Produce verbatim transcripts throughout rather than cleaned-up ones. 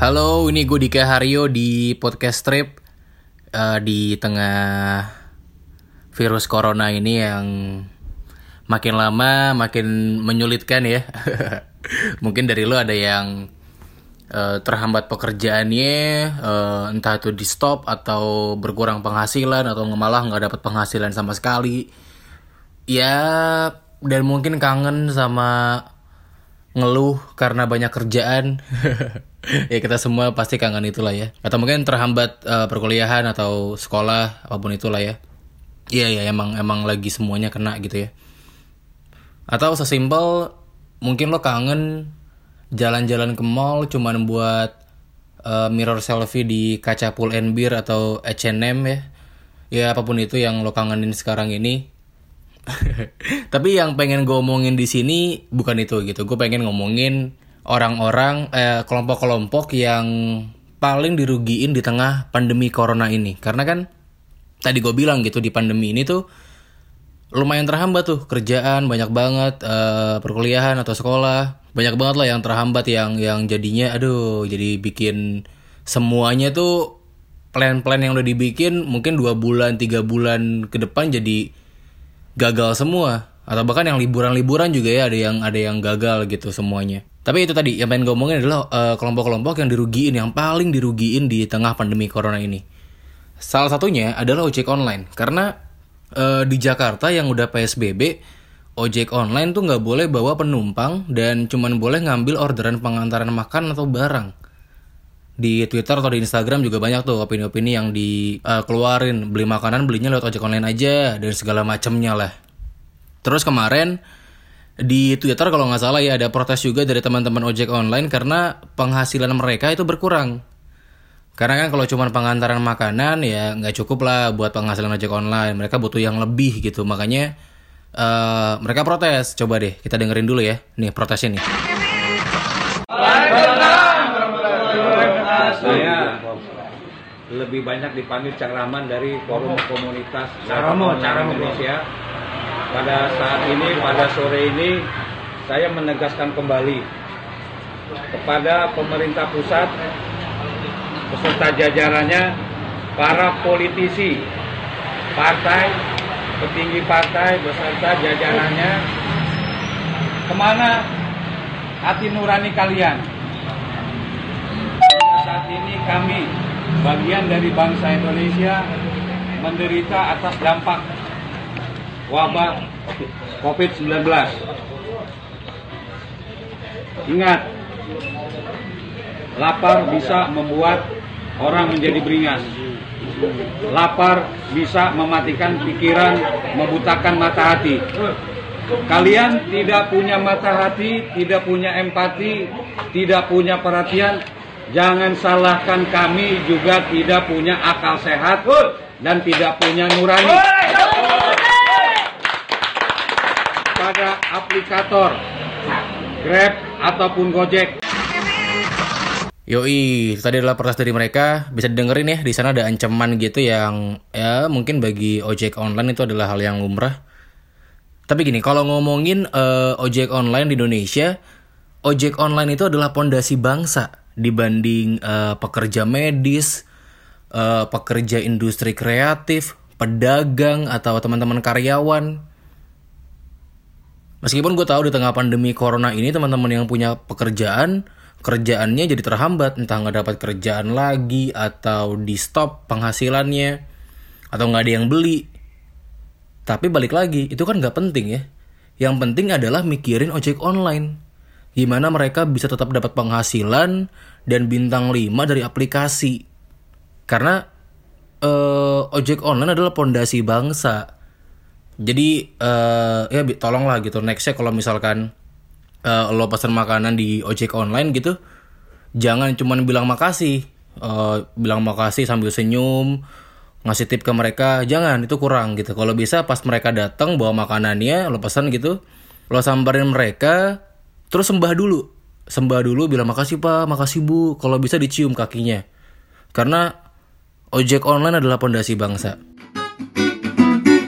Halo, ini gue Dika Haryo di podcast Trip uh, di tengah virus corona ini yang makin lama makin menyulitkan ya. Mungkin dari lo ada yang uh, terhambat pekerjaannya, uh, entah itu di stop atau berkurang penghasilan atau malah nggak dapat penghasilan sama sekali. Ya, dan mungkin kangen sama ngeluh karena banyak kerjaan. Ya kita semua pasti kangen itulah ya. Atau mungkin terhambat uh, perkuliahan atau sekolah, apapun itulah ya. Iya ya emang emang lagi semuanya kena gitu ya. Atau sesimpel mungkin lo kangen jalan-jalan ke mall cuman buat uh, mirror selfie di kaca Pull and Bear atau H and M ya. Ya apapun itu yang lo kangenin sekarang ini. Tapi yang pengen gue omongin di sini bukan itu gitu. Gue pengen ngomongin orang-orang, eh, kelompok-kelompok yang paling dirugiin di tengah pandemi corona ini. Karena kan tadi gue bilang gitu, di pandemi ini tuh lumayan terhambat tuh kerjaan, banyak banget eh, perkuliahan atau sekolah, banyak banget lah yang terhambat, yang yang jadinya aduh jadi bikin semuanya tuh plan-plan yang udah dibikin mungkin dua bulan tiga bulan ke depan jadi gagal semua. Atau bahkan yang liburan-liburan juga ya ada yang ada yang gagal gitu semuanya. Tapi itu tadi yang pengen gue omongin adalah uh, kelompok-kelompok yang dirugiin, yang paling dirugiin di tengah pandemi corona ini. Salah satunya adalah ojek online. Karena uh, di Jakarta yang udah P S B B, ojek online tuh nggak boleh bawa penumpang dan cuman boleh ngambil orderan pengantaran makan atau barang. Di Twitter atau di Instagram juga banyak tuh opini-opini yang dikeluarin, uh, beli makanan belinya lewat ojek online aja dan segala macamnya lah. Terus kemarin di Twitter kalau nggak salah ya ada protes juga dari teman-teman ojek online karena penghasilan mereka itu berkurang. Karena kan kalau cuma pengantaran makanan ya nggak cukup lah buat penghasilan ojek online. Mereka butuh yang lebih gitu. Makanya uh, mereka protes. Coba deh kita dengerin dulu ya. Nih protesnya nih. Saya lebih banyak dipanggil Cak Rahman dari Forum Komunitas Caramo Indonesia. Pada saat ini, pada sore ini, saya menegaskan kembali kepada pemerintah pusat beserta jajarannya, para politisi, partai, petinggi partai beserta jajarannya, kemana hati nurani kalian? Pada saat ini kami, bagian dari bangsa Indonesia, menderita atas dampak wabah covid sembilan belas. Ingat, lapar bisa membuat orang menjadi beringas. Lapar bisa mematikan pikiran, membutakan mata hati. Kalian tidak punya mata hati, tidak punya empati, tidak punya perhatian. Jangan salahkan kami juga tidak punya akal sehat dan tidak punya nurani. Pada aplikator Grab ataupun Gojek. Yoi, tadi adalah protes dari mereka. Bisa didengerin ya, di sana ada ancaman gitu yang ya mungkin bagi ojek online itu adalah hal yang lumrah. Tapi gini, kalau ngomongin uh, ojek online di Indonesia, ojek online itu adalah pondasi bangsa dibanding uh, pekerja medis, uh, pekerja industri kreatif, pedagang atau teman-teman karyawan. Meskipun gue tahu di tengah pandemi corona ini teman-teman yang punya pekerjaan, kerjaannya jadi terhambat, entah nggak dapat kerjaan lagi atau di stop penghasilannya atau nggak ada yang beli. Tapi balik lagi, itu kan nggak penting ya. Yang penting adalah mikirin ojek online. Gimana mereka bisa tetap dapat penghasilan dan bintang lima dari aplikasi. Karena uh, ojek online adalah pondasi bangsa. Jadi uh, ya tolonglah gitu nextnya kalau misalkan uh, lo pesan makanan di ojek online gitu, jangan cuman bilang makasih, uh, bilang makasih sambil senyum, ngasih tip ke mereka, jangan, itu kurang gitu. Kalau bisa pas mereka datang bawa makanannya, lo pesan gitu, lo sambarin mereka, terus sembah dulu, sembah dulu, bilang makasih pak, makasih bu, kalau bisa dicium kakinya, karena ojek online adalah pondasi bangsa.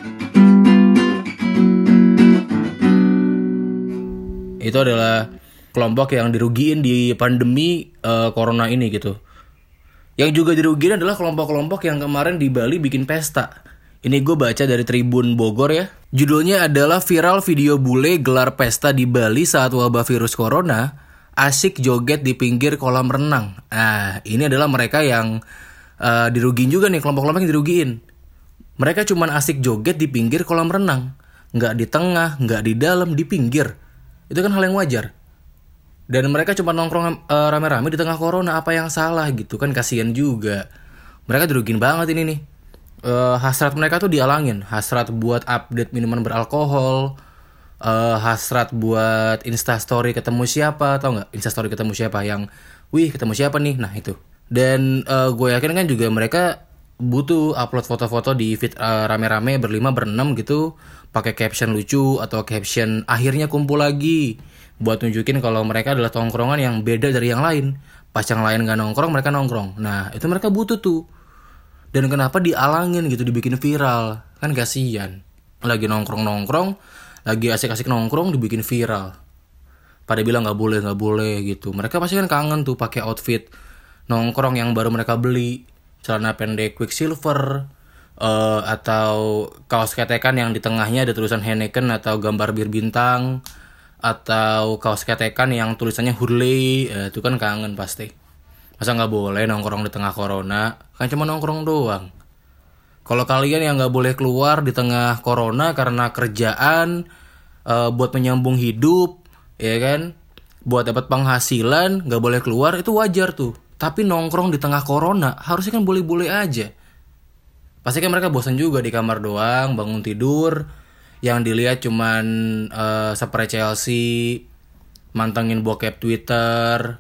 Itu adalah kelompok yang dirugiin di pandemi uh, corona ini gitu. Yang juga dirugiin adalah kelompok-kelompok yang kemarin di Bali bikin pesta. Ini gue baca dari Tribun Bogor ya. Judulnya adalah viral video bule gelar pesta di Bali saat wabah virus corona, asik joget di pinggir kolam renang. Nah, ini adalah mereka yang uh, dirugiin juga nih, kelompok-kelompok yang dirugiin. Mereka cuman asik joget di pinggir kolam renang. Nggak di tengah, nggak di dalam, di pinggir. Itu kan hal yang wajar. Dan mereka cuma nongkrong uh, rame-rame di tengah corona, apa yang salah gitu kan, kasihan juga. Mereka dirugiin banget ini nih. Uh, hasrat mereka tuh dialangin, hasrat buat update minuman beralkohol, uh, hasrat buat instastory ketemu siapa, tau nggak? Instastory ketemu siapa yang, wih ketemu siapa nih, nah itu. Dan uh, gue yakin kan juga mereka butuh upload foto-foto di feed uh, rame-rame berlima berenam gitu, pakai caption lucu atau caption akhirnya kumpul lagi, buat nunjukin kalau mereka adalah tongkrongan yang beda dari yang lain. Pas yang lain gak nongkrong, mereka nongkrong. Nah itu mereka butuh tuh. Dan kenapa dialangin gitu, dibikin viral? Kan kasihan. Lagi nongkrong-nongkrong, lagi asik-asik nongkrong, dibikin viral. Pada bilang gak boleh, gak boleh gitu. Mereka pasti kan kangen tuh pakai outfit nongkrong yang baru mereka beli. Celana pendek Quicksilver, uh, atau kaos ketekan yang di tengahnya ada tulisan Heineken atau gambar bir bintang, atau kaos ketekan yang tulisannya Hurley. uh, Itu kan kangen pasti. Masa gak boleh nongkrong di tengah corona? Kan cuma nongkrong doang. Kalau kalian yang gak boleh keluar di tengah corona karena kerjaan, uh, buat menyambung hidup, ya kan, buat dapat penghasilan, gak boleh keluar, itu wajar tuh. Tapi nongkrong di tengah corona harusnya kan boleh-boleh aja. Pasti kan mereka bosan juga di kamar doang, bangun tidur, yang dilihat cuman uh, spray Chelsea, mantengin bokep Twitter,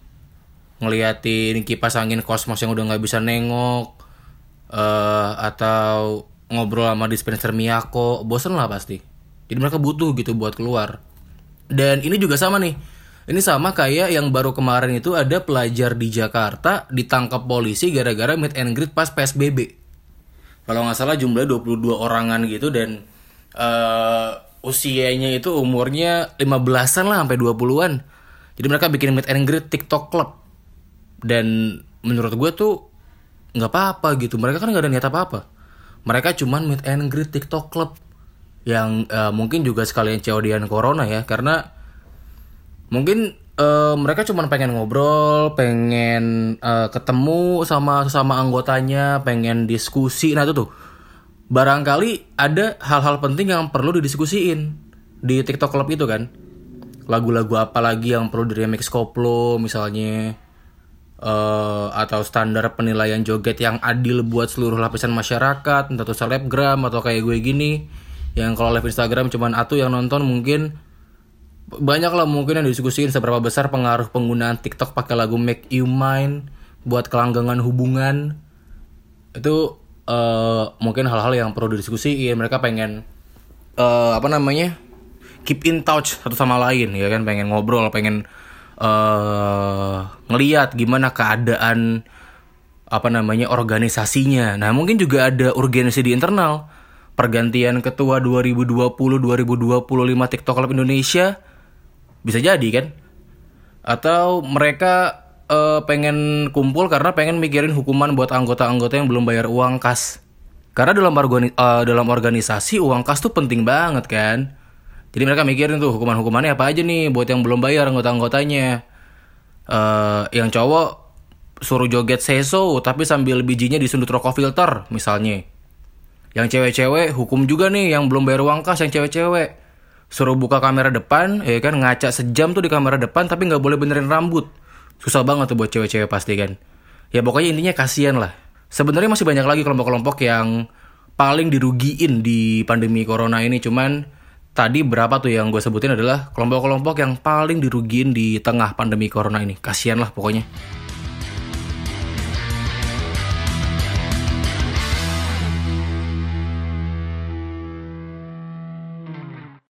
ngeliatin kipas angin kosmos yang udah nggak bisa nengok, uh, atau ngobrol sama dispenser Miyako. Bosen lah pasti. Jadi mereka butuh gitu buat keluar. Dan ini juga sama nih. Ini sama kayak yang baru kemarin itu ada pelajar di Jakarta ditangkap polisi gara-gara meet and greet pas P S B B. Kalau nggak salah jumlahnya dua puluh dua orangan gitu, dan uh, usianya itu umurnya lima belasan lah sampai dua puluhan. Jadi mereka bikin meet and greet TikTok Club. Dan menurut gue tuh nggak apa-apa gitu. Mereka kan nggak ada niat apa-apa. Mereka cuman meet and greet TikTok Club yang uh, mungkin juga sekalian C O D-an corona ya, karena mungkin uh, mereka cuman pengen ngobrol, pengen uh, ketemu sama sama anggotanya, pengen diskusi. Nah itu tuh barangkali ada hal-hal penting yang perlu didiskusiin di TikTok Club itu kan. Lagu-lagu apa lagi yang perlu di-remix koplo misalnya. Uh, atau standar penilaian joget yang adil buat seluruh lapisan masyarakat, entah itu selebgram atau kayak gue gini yang kalau live Instagram cuman atu yang nonton. Mungkin banyak lah mungkin yang didiskusiin seberapa besar pengaruh penggunaan TikTok pakai lagu Make You Mine buat kelanggengan hubungan. Itu uh, mungkin hal-hal yang perlu didiskusiin. Mereka pengen uh, apa namanya keep in touch satu sama lain ya kan, pengen ngobrol, pengen Uh, ngelihat gimana keadaan apa namanya organisasinya. Nah mungkin juga ada urgensi di internal, pergantian ketua dua ribu dua puluh dua ribu dua puluh lima TikTok Club Indonesia bisa jadi kan. Atau mereka uh, pengen kumpul karena pengen mikirin hukuman buat anggota-anggota yang belum bayar uang kas. Karena dalam organi- uh, dalam organisasi uang kas tuh penting banget kan. Jadi mereka mikirin tuh hukuman-hukumannya apa aja nih buat yang belum bayar anggota-anggotanya. Uh, yang cowok suruh joget seso tapi sambil bijinya disundut rokok filter misalnya. Yang cewek-cewek hukum juga nih yang belum bayar uang kas, yang cewek-cewek suruh buka kamera depan, ya kan, ngaca sejam tuh di kamera depan tapi nggak boleh benerin rambut. Susah banget tuh buat cewek-cewek pasti kan. Ya pokoknya intinya kasihan lah. Sebenarnya masih banyak lagi kelompok-kelompok yang paling dirugiin di pandemi corona ini, cuman tadi berapa tuh yang gue sebutin adalah kelompok-kelompok yang paling dirugiin di tengah pandemi corona ini. Kasian lah pokoknya.